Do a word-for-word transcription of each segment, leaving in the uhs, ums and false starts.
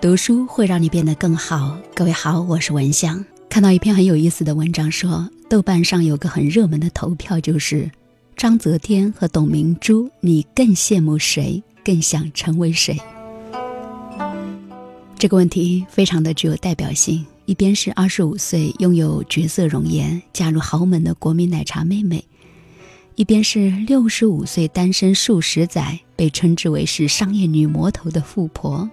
读书会让你变得更好。各位好，我是文香。看到一篇很有意思的文章说，豆瓣上有个很热门的投票，就是章泽天和董明珠，你更羡慕谁，更想成为谁？这个问题非常的具有代表性。一边是二十五岁拥有绝色容颜嫁入豪门的国民奶茶妹妹，一边是六十五岁单身数十载被称之为是商业女魔头的富婆。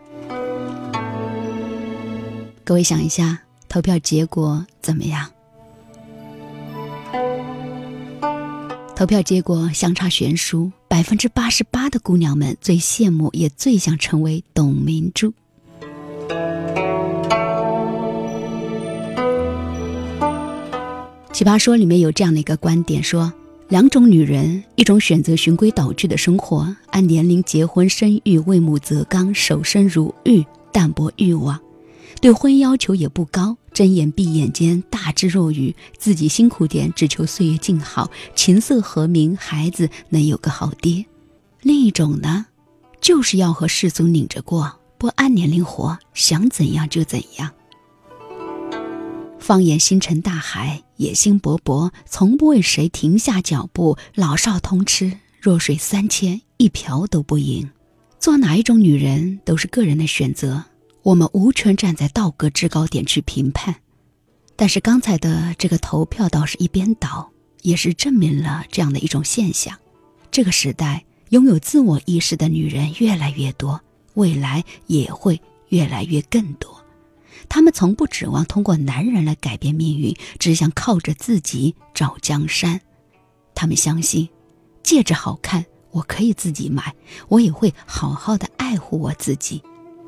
各位想一下，投票结果怎么样？投票结果相差悬殊， 百分之八十八 的姑娘们最羡慕也最想成为董明珠。奇葩说里面有这样的一个观点，说两种女人，一种选择循规蹈矩的生活，按年龄结婚生育，为母则刚，守身如玉，淡泊欲望，对婚姻要求也不高，睁眼闭眼间大智若愚，自己辛苦点，只求岁月静好，琴瑟和鸣，孩子能有个好爹。另一种呢，就是要和世俗拧着过，不按年龄活，想怎样就怎样。放眼星辰大海，野心勃勃，从不为谁停下脚步，老少通吃，弱水三千，一瓢都不赢。做哪一种女人都是个人的选择，我们无权站在道德制高点去评判。但是刚才的这个投票倒是一边倒，也是证明了这样的一种现象：这个时代拥有自我意识的女人越来越多，未来也会越来越更多。她们从不指望通过男人来改变命运，只想靠着自己找江山。她们相信，戒指好看，我可以自己买，我也会好好的爱护我自己。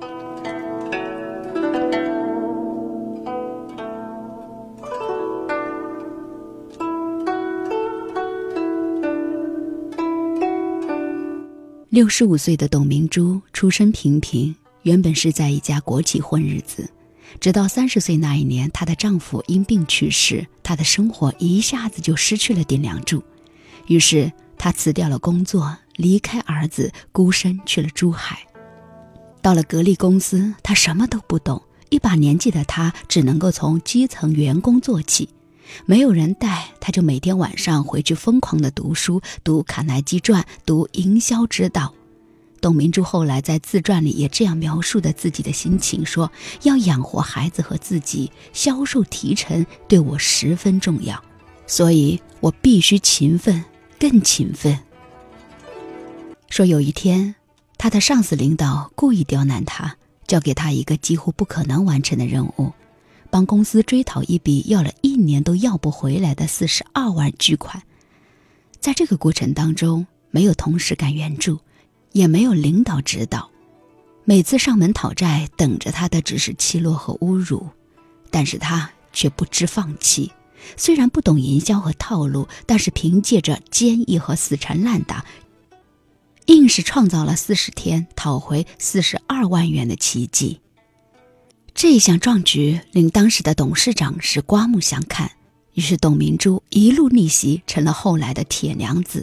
六十五岁的董明珠出身平平，原本是在一家国企混日子，直到三十岁那一年，她的丈夫因病去世，她的生活一下子就失去了顶梁柱。于是她辞掉了工作，离开儿子，孤身去了珠海。到了格力公司，她什么都不懂，一把年纪的她只能够从基层员工做起，没有人带，她就每天晚上回去疯狂地读书，读卡耐基传，读营销之道。董明珠后来在自传里也这样描述的自己的心情，说要养活孩子和自己，销售提成对我十分重要，所以我必须勤奋，更勤奋。说有一天，他的上司领导故意刁难他，交给他一个几乎不可能完成的任务，帮公司追讨一笔要了一年都要不回来的四十二万巨款。在这个过程当中，没有同事敢援助，也没有领导指导，每次上门讨债，等着他的只是奚落和侮辱。但是他却不知放弃，虽然不懂营销和套路，但是凭借着坚毅和死缠烂打，硬是创造了四十天讨回四十二万元的奇迹。这一项壮举令当时的董事长是刮目相看，于是董明珠一路逆袭，成了后来的铁娘子。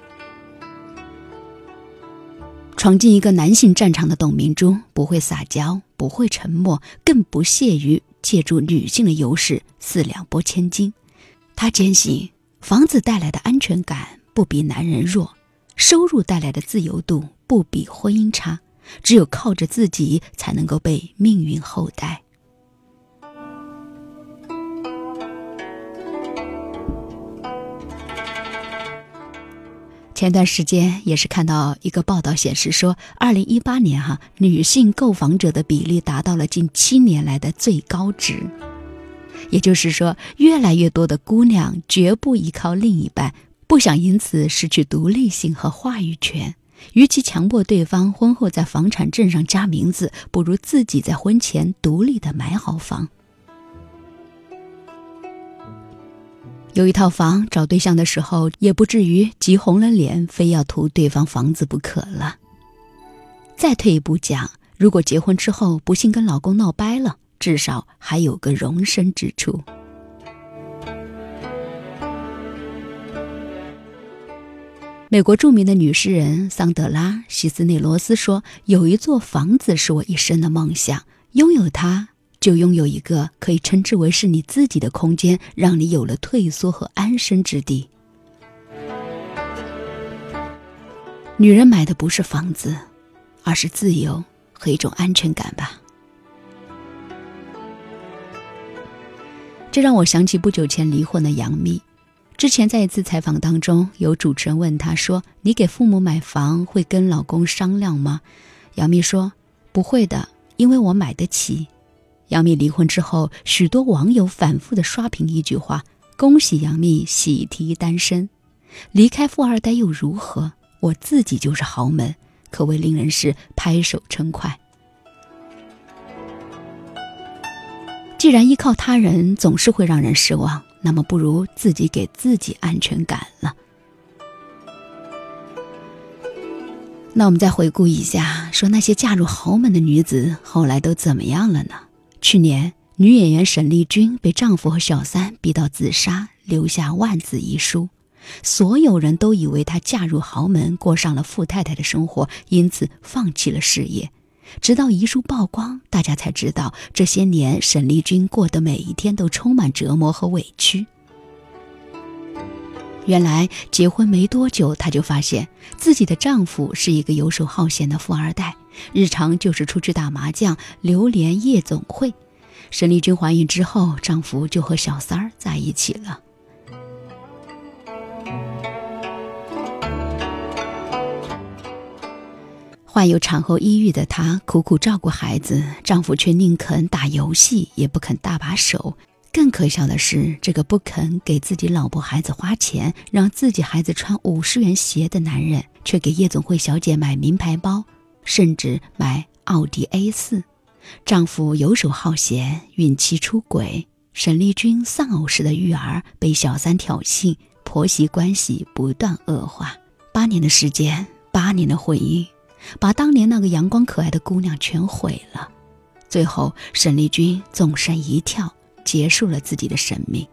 闯进一个男性战场的董明珠不会撒娇，不会沉默，更不屑于借助女性的优势四两拨千斤。她坚信房子带来的安全感不比男人弱，收入带来的自由度不比婚姻差，只有靠着自己才能够被命运厚待。前段时间也是看到一个报道显示说，二零一八年哈、啊，女性购房者的比例达到了近七年来的最高值。也就是说，越来越多的姑娘绝不依靠另一半，不想因此失去独立性和话语权。与其强迫对方婚后在房产证上加名字，不如自己在婚前独立的买好房。有一套房，找对象的时候也不至于急红了脸，非要图对方房子不可了。再退一步讲，如果结婚之后不幸跟老公闹掰了，至少还有个容身之处。美国著名的女诗人桑德拉·希斯内罗斯说，有一座房子是我一生的梦想， 拥有它，就拥有一个可以称之为是你自己的空间，让你有了退缩和安身之地。女人买的不是房子，而是自由和一种安全感吧。这让我想起不久前离婚的杨幂。之前在一次采访当中，有主持人问她说，你给父母买房会跟老公商量吗？杨幂说，不会的，因为我买得起。杨幂离婚之后，许多网友反复地刷屏一句话，恭喜杨幂喜提单身。离开富二代又如何？我自己就是豪门，可谓令人是拍手称快。既然依靠他人总是会让人失望，那么不如自己给自己安全感了。那我们再回顾一下，说那些嫁入豪门的女子后来都怎么样了呢？去年，女演员沈丽君被丈夫和小三逼到自杀，留下万字遗书。所有人都以为她嫁入豪门，过上了富太太的生活，因此放弃了事业。直到遗书曝光，大家才知道这些年沈丽君过的每一天都充满折磨和委屈。原来结婚没多久，她就发现自己的丈夫是一个游手好闲的富二代，日常就是出去打麻将、流连夜总会。沈丽君怀孕之后，丈夫就和小三儿在一起了。患有产后抑郁的她苦苦照顾孩子，丈夫却宁肯打游戏也不肯搭把手。更可笑的是，这个不肯给自己老婆孩子花钱，让自己孩子穿五十元鞋的男人，却给夜总会小姐买名牌包，甚至买奥迪 A 四。丈夫游手好闲，孕期出轨，沈丽君丧偶式的育儿，被小三挑衅，婆媳关系不断恶化。八年的时间，八年的婚姻，把当年那个阳光可爱的姑娘全毁了。最后沈丽君纵身一跳，结束了自己的生命。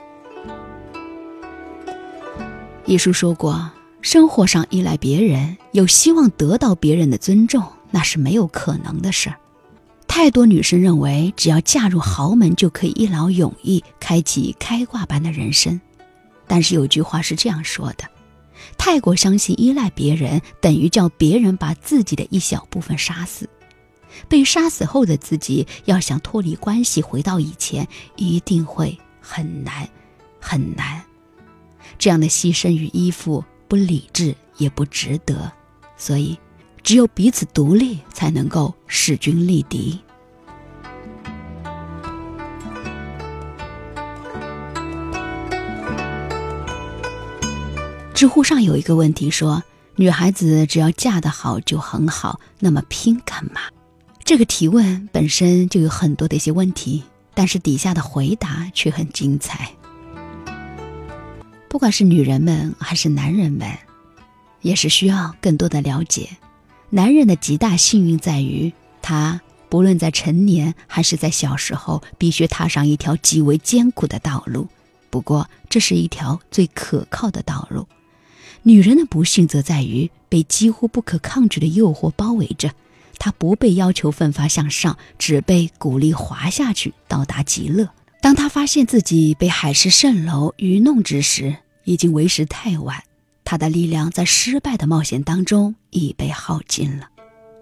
一书说过，生活上依赖别人，有希望得到别人的尊重，那是没有可能的事儿。太多女生认为只要嫁入豪门就可以一劳永逸，开启开挂般的人生。但是有句话是这样说的，太过相信依赖别人，等于叫别人把自己的一小部分杀死。被杀死后的自己，要想脱离关系回到以前，一定会很难很难。这样的牺牲与依附不理智也不值得，所以只有彼此独立，才能够势均力敌。知乎上有一个问题说，女孩子只要嫁得好就很好，那么拼干嘛？这个提问本身就有很多的一些问题，但是底下的回答却很精彩。不管是女人们还是男人们，也是需要更多的了解。男人的极大幸运在于，他不论在成年还是在小时候，必须踏上一条极为艰苦的道路，不过这是一条最可靠的道路。女人的不幸则在于被几乎不可抗拒的诱惑包围着，她不被要求奋发向上，只被鼓励滑下去到达极乐。当她发现自己被海市蜃楼愚弄之时，已经为时太晚，她的力量在失败的冒险当中已被耗尽了。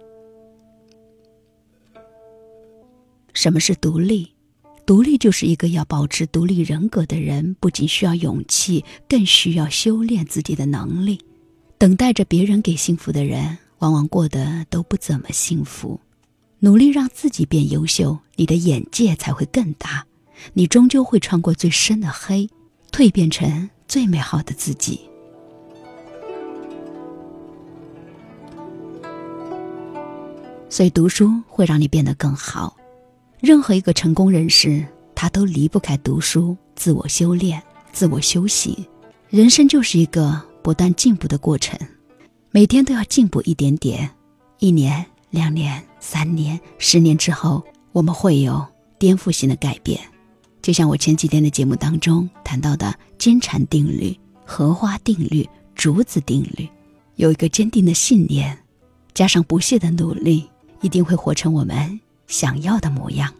什么是独立？独立就是一个要保持独立人格的人，不仅需要勇气，更需要修炼自己的能力。等待着别人给幸福的人，往往过得都不怎么幸福。努力让自己变优秀，你的眼界才会更大，你终究会穿过最深的黑，蜕变成最美好的自己。所以读书会让你变得更好。任何一个成功人士，他都离不开读书、自我修炼、自我修行。人生就是一个不断进步的过程，每天都要进步一点点。一年、两年、三年、十年之后，我们会有颠覆性的改变。就像我前几天的节目当中谈到的金蝉定律、荷花定律、竹子定律，有一个坚定的信念，加上不懈的努力，一定会活成我们想要的模样。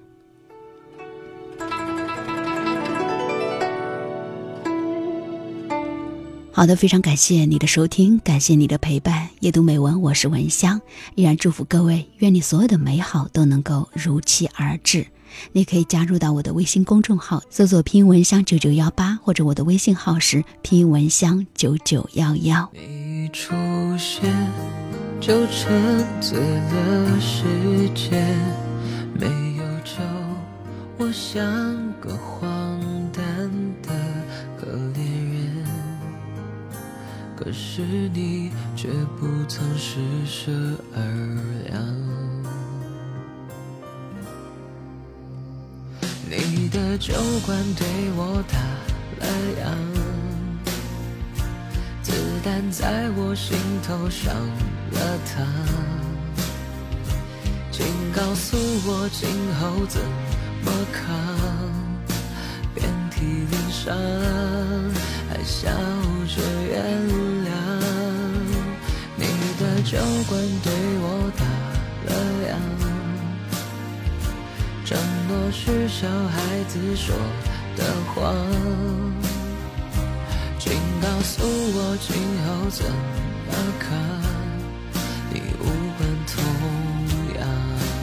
好的，非常感谢你的收听，感谢你的陪伴。夜读美文，我是文香，依然祝福各位，愿你所有的美好都能够如期而至。你可以加入到我的微信公众号，搜索拼音文香九九一八，或者我的微信号是拼音文香九九一一。 你出现就沉醉了时间，没有酒我像个荒诞的可怜人，可是你却不曾施舍而凉。你的酒馆对我打了烊，子弹在我心头上了膛，请告诉我今后怎么扛，遍体鳞伤还笑着原谅。你的酒馆对我打了烊，承诺是小孩子说的谎，请告诉我今后怎么看，你无关痛痒。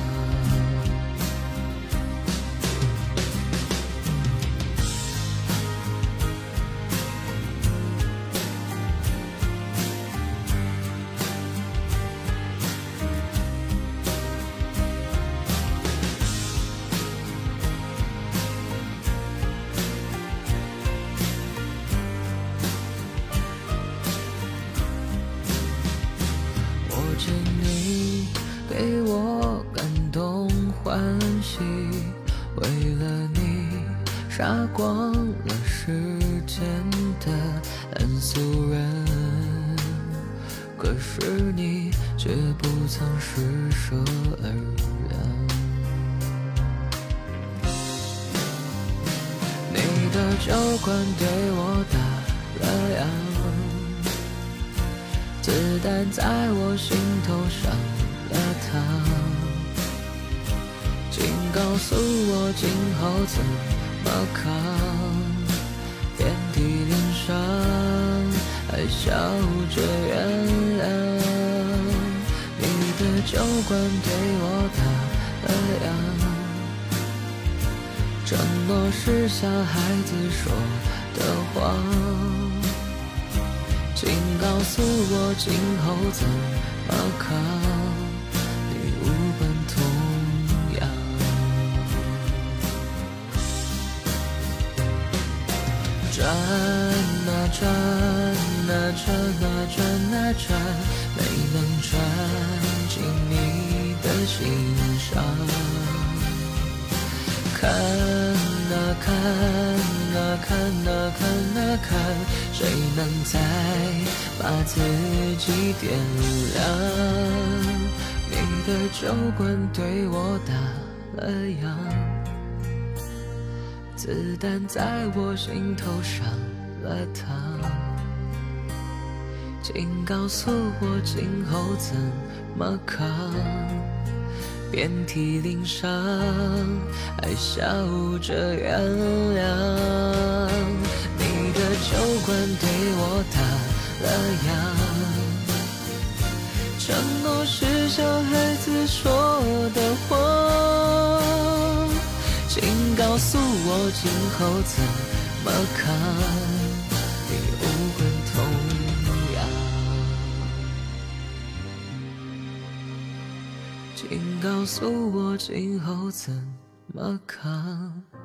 请你给我感动欢喜，为了你杀光了世间的烂俗人，可是你却不曾施舍而让。你的酒馆对我打了烊，子弹在我心头上了膛，请告诉我今后怎么扛，遍体鳞伤还笑着原谅。你的酒馆对我打了烊，承诺是小孩子说的谎，请告诉我今后怎么扛，你无关痛痒。转啊转啊转啊转啊转，没能转进你的心上。看啊看啊看啊看啊看，谁能再把自己点亮？你的酒馆对我打了烊，子弹在我心头上了膛，请告诉我今后怎么扛，遍体鳞伤还笑着原谅。你的酒馆对我打了烊，承诺是小孩子说的谎，请告诉我今后怎么扛，你无关痛痒。请告诉我今后怎么扛。